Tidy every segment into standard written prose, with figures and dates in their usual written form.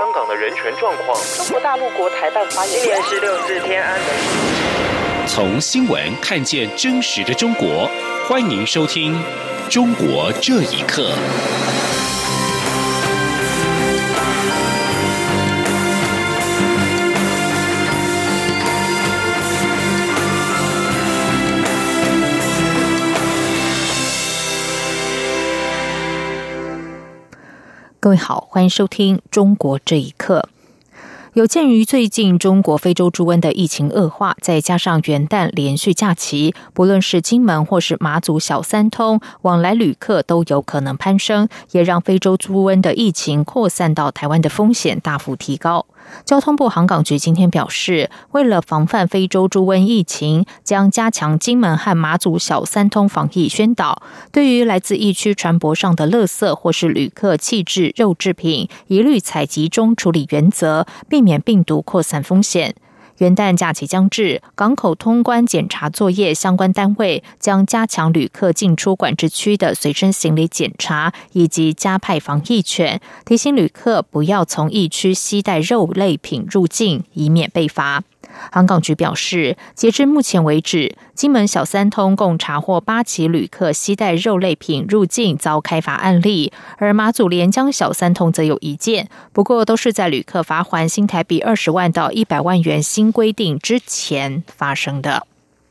香港的人权状况。 中国大陆国台办发言人今年是6四天安门。 从新闻看见真实的中国，欢迎收听《中国这一刻》。 各位好，欢迎收听《中国这一刻》。有鉴于最近中国非洲猪瘟的疫情恶化，再加上元旦连续假期，不论是金门或是马祖小三通，往来旅客都有可能攀升，也让非洲猪瘟的疫情扩散到台湾的风险大幅提高。交通部航港局今天表示，为了防范非洲猪瘟疫情，将加强金门和马祖小三通防疫宣导，对于来自疫区船舶上的垃圾或是旅客弃置肉制品，一律采集中处理原则，避免病毒扩散风险。元旦假期将至，港口通关检查作业相关单位将加强旅客进出管制区的随身行李检查，以及加派防疫犬，提醒旅客不要从疫区携带肉类品入境，以免被罚。航港局表示，截至目前为止，金门小三通共查获8起旅客携带肉类品入境遭开罚案例，而马祖连江小三通则有1件，不过都是在旅客罚锾新台币20万到100万元新规定之前发生的。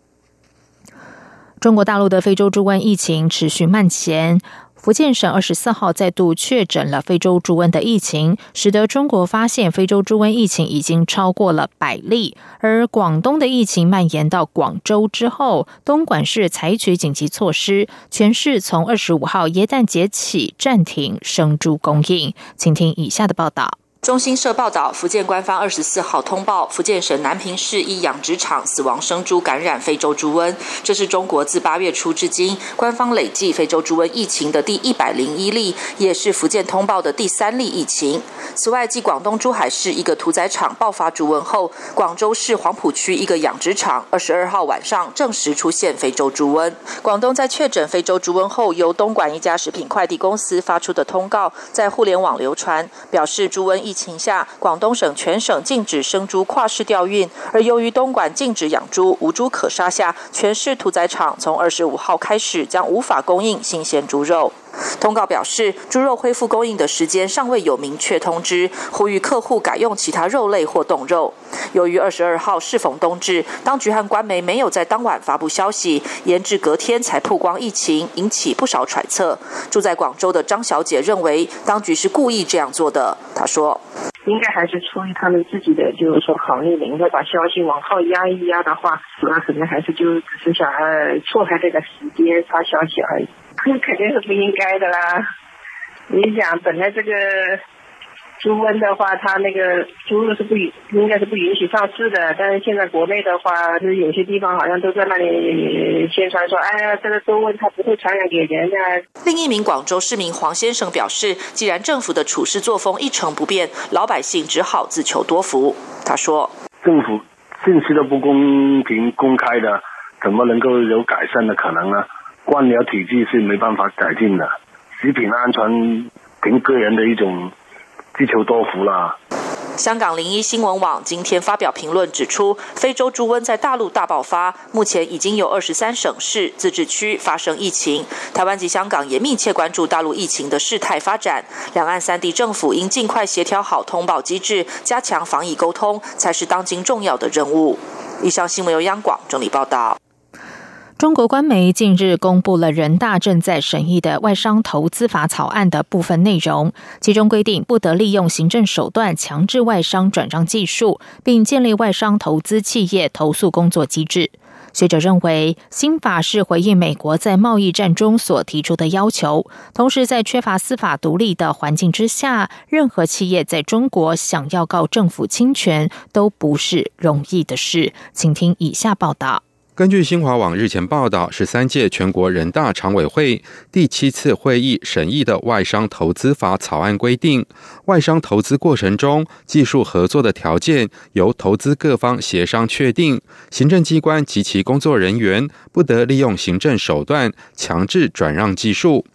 中国大陆的非洲猪瘟疫情持续蔓延，福建省24号再度确诊了非洲猪瘟的疫情，使得中国发现非洲猪瘟疫情已经超过了100例。而广东的疫情蔓延到广州之后，东莞市采取紧急措施，全市从25号耶诞节起暂停生猪供应。请听以下的报道。 中新社报道，福建官方24号通报，福建省南平市一养殖场死亡生猪感染非洲猪瘟，这是中国自8月初至今官方累计非洲猪瘟疫情的第101例，也是福建通报的第3例疫情。此外，继广东珠海市一个屠宰场爆发猪瘟后，广州市黄埔区一个养殖场22号晚上证实出现非洲猪瘟。广东在确诊非洲猪瘟后，由东莞一家食品快递公司发出的通告在互联网流传，表示猪瘟疫情下，广东省全省禁止生猪跨市调运，而由于东莞禁止养猪、无猪可杀下，全市屠宰场从25号开始将无法供应新鲜猪肉。通告表示，猪肉恢复供应的时间尚未有明确通知，呼吁客户改用其他肉类或冻肉。由于22号适逢冬至，当局和官媒没有在当晚发布消息，延至隔天才曝光疫情，引起不少揣测。住在广州的张小姐认为，当局是故意这样做的。她说， 应该还是出于他们自己的，就是说考虑，能够把消息往后压一压的话，那可能还是就只是想错开这个时间发消息而已。肯定是不应该的啦！你想，本来这个猪瘟的话，它那个猪肉是应该是不允许上市的，但是现在国内的话，就是有些地方好像都在那里宣传说，哎呀，这个猪瘟它不会传染给人啊。 另一名广州市民黄先生表示，既然政府的处事作风一成不变，老百姓只好自求多福。他说， 政府信息都不公平公开的，怎么能够有改善的可能呢？官僚体制是没办法改进的，食品安全凭个人的一种自求多福啦。 香港01新闻网今天发表评论指出，非洲猪瘟在大陆大爆发，目前已经有23省市自治区发生疫情。台湾及香港也密切关注大陆疫情的事态发展，两岸3地政府应尽快协调好通报机制，加强防疫沟通，才是当今重要的任务。以上新闻由央广整理报道。 中国官媒近日公布了人大正在审议的外商投资法草案的部分内容，其中规定不得利用行政手段强制外商转让技术，并建立外商投资企业投诉工作机制。学者认为，新法是回应美国在贸易战中所提出的要求，同时在缺乏司法独立的环境之下，任何企业在中国想要告政府侵权都不是容易的事。请听以下报道。 根据新华网日前报道，13届全国人大常委会第7次会议审议的外商投资法草案规定，外商投资过程中技术合作的条件由投资各方协商确定，行政机关及其工作人员不得利用行政手段强制转让技术。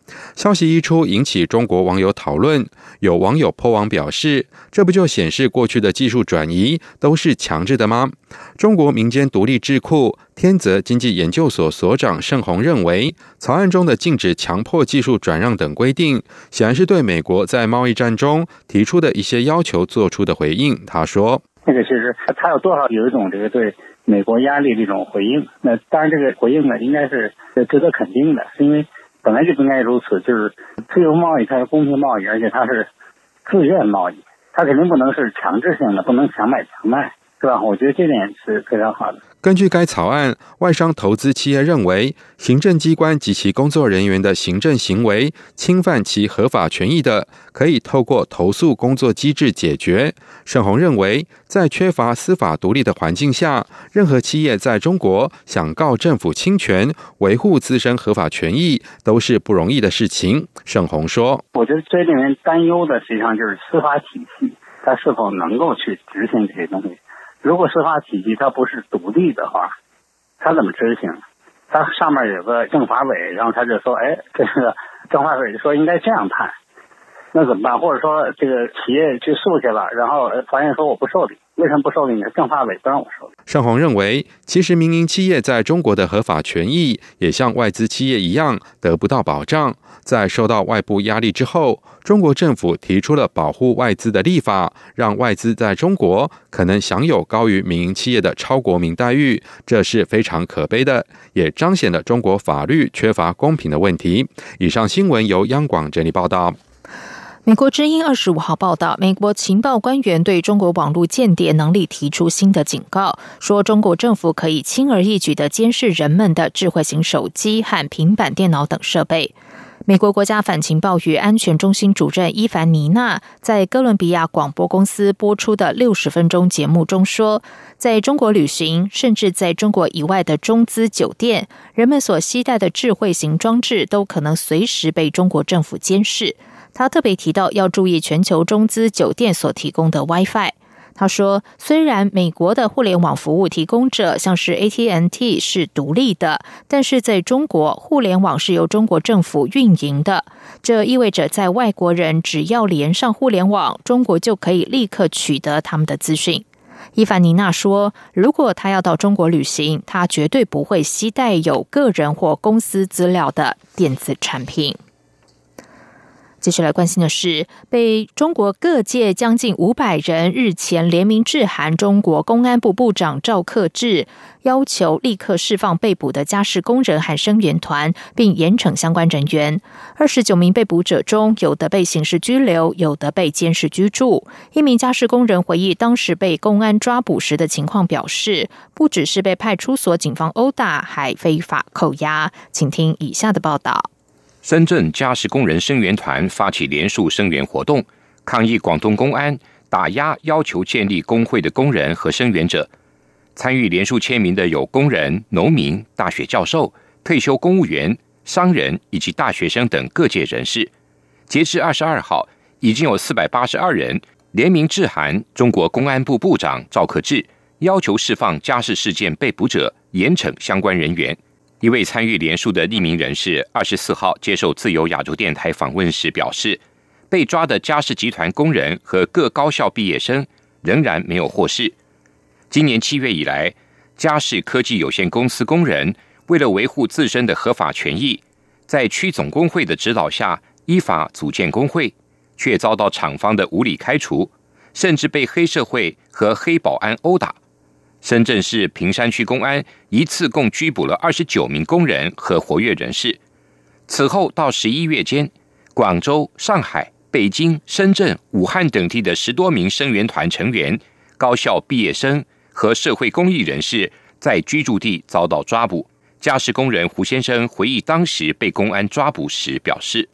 消息一出，引起中国网友讨论。有网友po网表示，这不就显示过去的技术转移都是强制的吗？中国民间独立智库天泽经济研究所所长盛洪认为，草案中的禁止强迫技术转让等规定，显然是对美国在贸易战中提出的一些要求做出的回应。他说， 这个其实他有多少有一种这个对美国压力的一种回应，那当然这个回应呢应该是值得肯定的，是因为本来就应该如此，就是自由贸易它是公平贸易，而且它是自愿贸易，它肯定不能是强制性的，不能强买强卖，是吧？我觉得这点是非常好的。 根据该草案，外商投资企业认为，行政机关及其工作人员的行政行为侵犯其合法权益的，可以透过投诉工作机制解决。盛洪认为，在缺乏司法独立的环境下，任何企业在中国想告政府侵权，维护自身合法权益，都是不容易的事情。盛洪说， 我觉得最令人担忧的实际上就是司法体系，它是否能够去执行这些东西。如果司法体系它不是独立的话，它怎么执行？它上面有个政法委，然后他就说，这个政法委就说应该这样判，那怎么办？或者说这个企业去诉去了，然后法院说我不受理，为什么不受理呢？政法委不让我受理。 盛洪认为，其实民营企业在中国的合法权益也像外资企业一样得不到保障。在受到外部压力之后，中国政府提出了保护外资的立法，让外资在中国可能享有高于民营企业的超国民待遇，这是非常可悲的，也彰显了中国法律缺乏公平的问题。以上新闻由央广整理报道。 美国之音25号报道，美国情报官员对中国网络间谍能力提出新的警告，说中国政府可以轻而易举地监视人们的智慧型手机和平板电脑等设备。美国国家反情报与安全中心主任伊凡尼娜在哥伦比亚广播公司播出的60分钟节目中说，在中国旅行，甚至在中国以外的中资酒店，人们所携带的智慧型装置都可能随时被中国政府监视。他特别提到要注意全球中资酒店所提供的 Wi-Fi。他说，虽然美国的互联网服务提供者像是 AT&T 是独立的，但是在中国，互联网是由中国政府运营的。这意味着在外国人只要连上互联网，中国就可以立刻取得他们的资讯。伊凡尼娜说，如果他要到中国旅行，他绝对不会携带有个人或公司资料的电子产品。接下来关心的是，被中国各界将近500人日前联名致函中国公安部部长赵克志，要求立刻释放被捕的家事工人和声援团，并严惩相关人员。29名被捕者中，有的被刑事拘留，有的被监视居住。一名家事工人回忆当时被公安抓捕时的情况，表示不只是被派出所警方殴打，还非法扣押。请听以下的报道。 深圳家事工人声援团发起连署声援活动，抗议广东公安打压要求建立工会的工人和声援者。参与连署签名的有工人、农民、大学教授、退休公务员、商人以及大学生等各界人士。截至22号，已经有482人联名致函中国公安部部长赵克志，要求释放家事事件被捕者，严惩相关人员。一位参与联署的匿名人士24号接受自由亚洲电台访问时表示，被抓的家事集团工人和各高校毕业生仍然没有获释。今年7月以来，家事科技有限公司工人为了维护自身的合法权益，在区总工会的指导下依法组建工会，却遭到厂方的无理开除，甚至被黑社会和黑保安殴打。深圳市坪山区公安一次共拘捕了29名工人和活跃人士。此后到11月间，广州、上海、北京、深圳、武汉等地的10多名声援团成员、高校毕业生和社会公益人士在居住地遭到抓捕。家事工人胡先生回忆当时被公安抓捕时表示，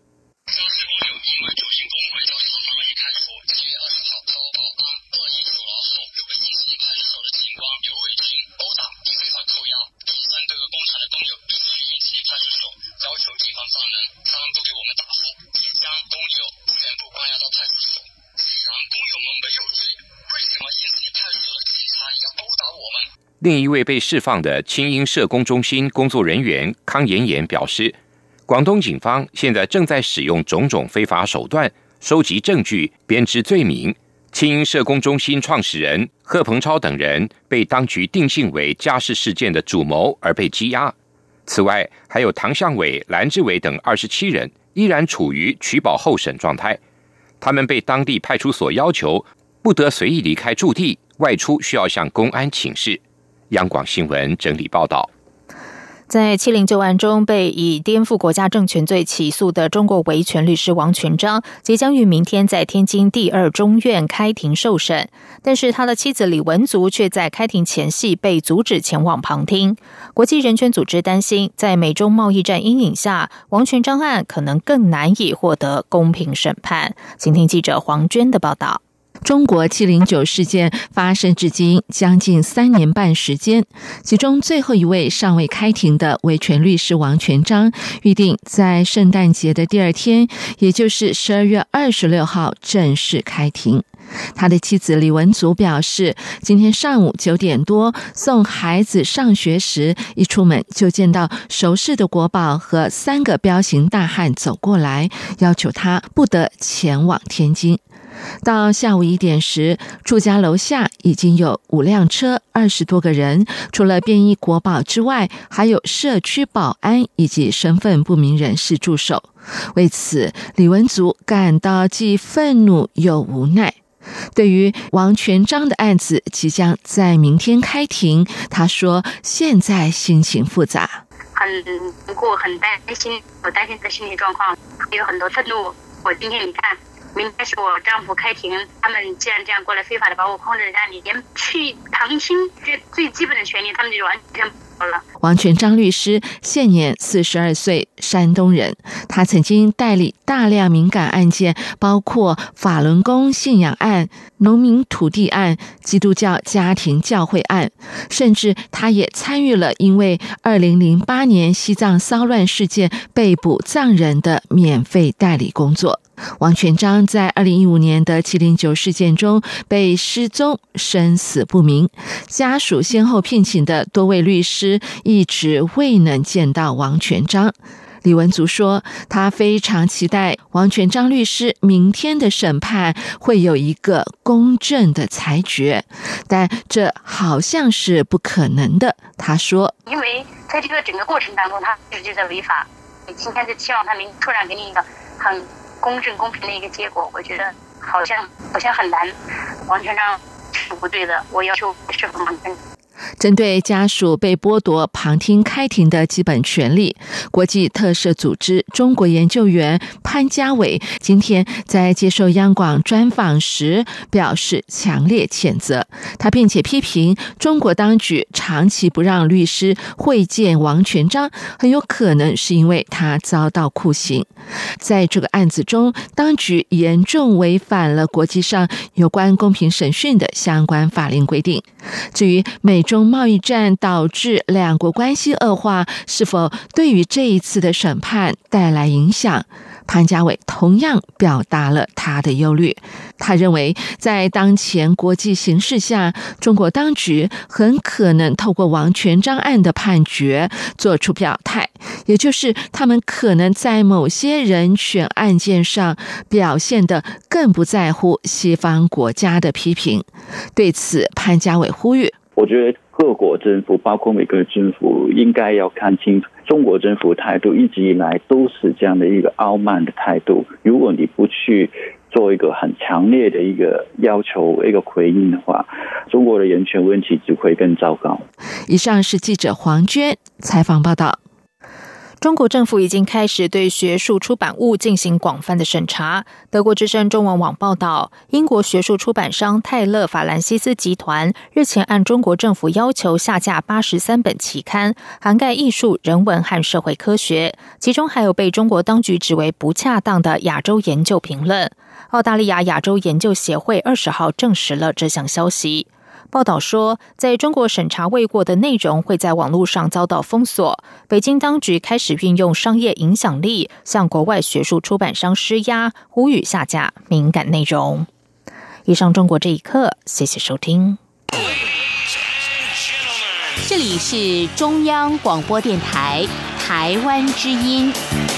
另一位被释放的青鹰社工中心工作人员康妍妍表示， 广东警方现在正在使用种种非法手段收集证据，编织罪名。青英社工中心创始人贺鹏超等人被当局定性为家事事件的主谋而被羁押。此外，还有唐向伟、蓝志伟等27人依然处于取保候审状态。他们被当地派出所要求不得随意离开驻地，外出需要向公安请示。央广新闻整理报道。 在709案中被以颠覆国家政权罪起诉的中国维权律师王全璋，即将于明天在天津第2中院开庭受审，但是他的妻子李文足却在开庭前夕被阻止前往旁听。国际人权组织担心，在美中贸易战阴影下，王全璋案可能更难以获得公平审判。请听记者黄娟的报道。 中国709事件发生至今将近3年半时间，其中最后一位尚未开庭的维权律师王全璋，预定在圣诞节的第2天，也就是12月26号正式开庭。他的妻子李文足表示，今天上午9点多送孩子上学时，一出门就见到熟识的国宝和3个彪形大汉走过来，要求他不得前往天津。到下午1点时，住家楼下已经有5辆车，20多个人，除了便衣国宝之外，还有社区保安以及身份不明人士驻守。为此，李文足感到既愤怒又无奈。对于王全璋的案子即将在明天开庭，他说现在心情复杂， 很难过，很担心，我担心他的身体状况，有很多愤怒。我今天你看，明天是我丈夫开庭，他们既然这样过来非法的把我控制在家里，连去旁听这最基本的权利他们就完全不了。 王全璋律师现年42岁，山东人。他曾经代理大量敏感案件，包括法轮功信仰案、农民土地案、基督教家庭教会案，甚至他也参与了因为2008年西藏骚乱事件被捕藏人的免费代理工作。王全璋在2015年的709事件中被失踪，生死不明，家属先后聘请的多位律师一直未能见到王全璋。李文足说，他非常期待王全璋律师明天的审判会有一个公正的裁决，但这好像是不可能的。他说， 因为在这个整个过程当中，他一直就在违法。今天就希望他明突然给你一个很公正公平的一个结果，我觉得好像很难。王全璋是不对的，我要求是否完全。 针对家属被剥夺旁听开庭的基本权利，国际特赦组织中国研究员潘家伟今天在接受央广专访时表示强烈谴责。他并且批评中国当局长期不让律师会见王全璋，很有可能是因为他遭到酷刑。在这个案子中，当局严重违反了国际上有关公平审讯的相关法令规定。至于美中贸易战导致两国关系恶化，是否对于这一次的审判带来影响，潘家伟同样表达了他的忧虑。他认为，在当前国际形势下，中国当局很可能透过王全璋案的判决做出表态，也就是他们可能在某些人权案件上表现得更不在乎西方国家的批评。对此，潘家伟呼吁， 我觉得各国政府包括美国政府应该要看清楚，中国政府态度一直以来都是这样的一个傲慢的态度，如果你不去做一个很强烈的一个要求一个回应的话，中国的人权问题只会更糟糕。 以上是记者黄娟采访报道。 中国政府已经开始对学术出版物进行广泛的审查。德国之声中文网报道，英国学术出版商泰勒·法兰西斯集团日前按中国政府要求下架83本期刊，涵盖艺术、人文和社会科学，其中还有被中国当局指为不恰当的亚洲研究评论。澳大利亚亚洲研究协会20号证实了这项消息。报道说，在中国审查未过的内容会在网络上遭到封锁。北京当局开始运用商业影响力向国外学术出版商施压，呼吁下架敏感内容。以上中国这一刻，谢谢收听。 这里是中央广播电台台湾之音。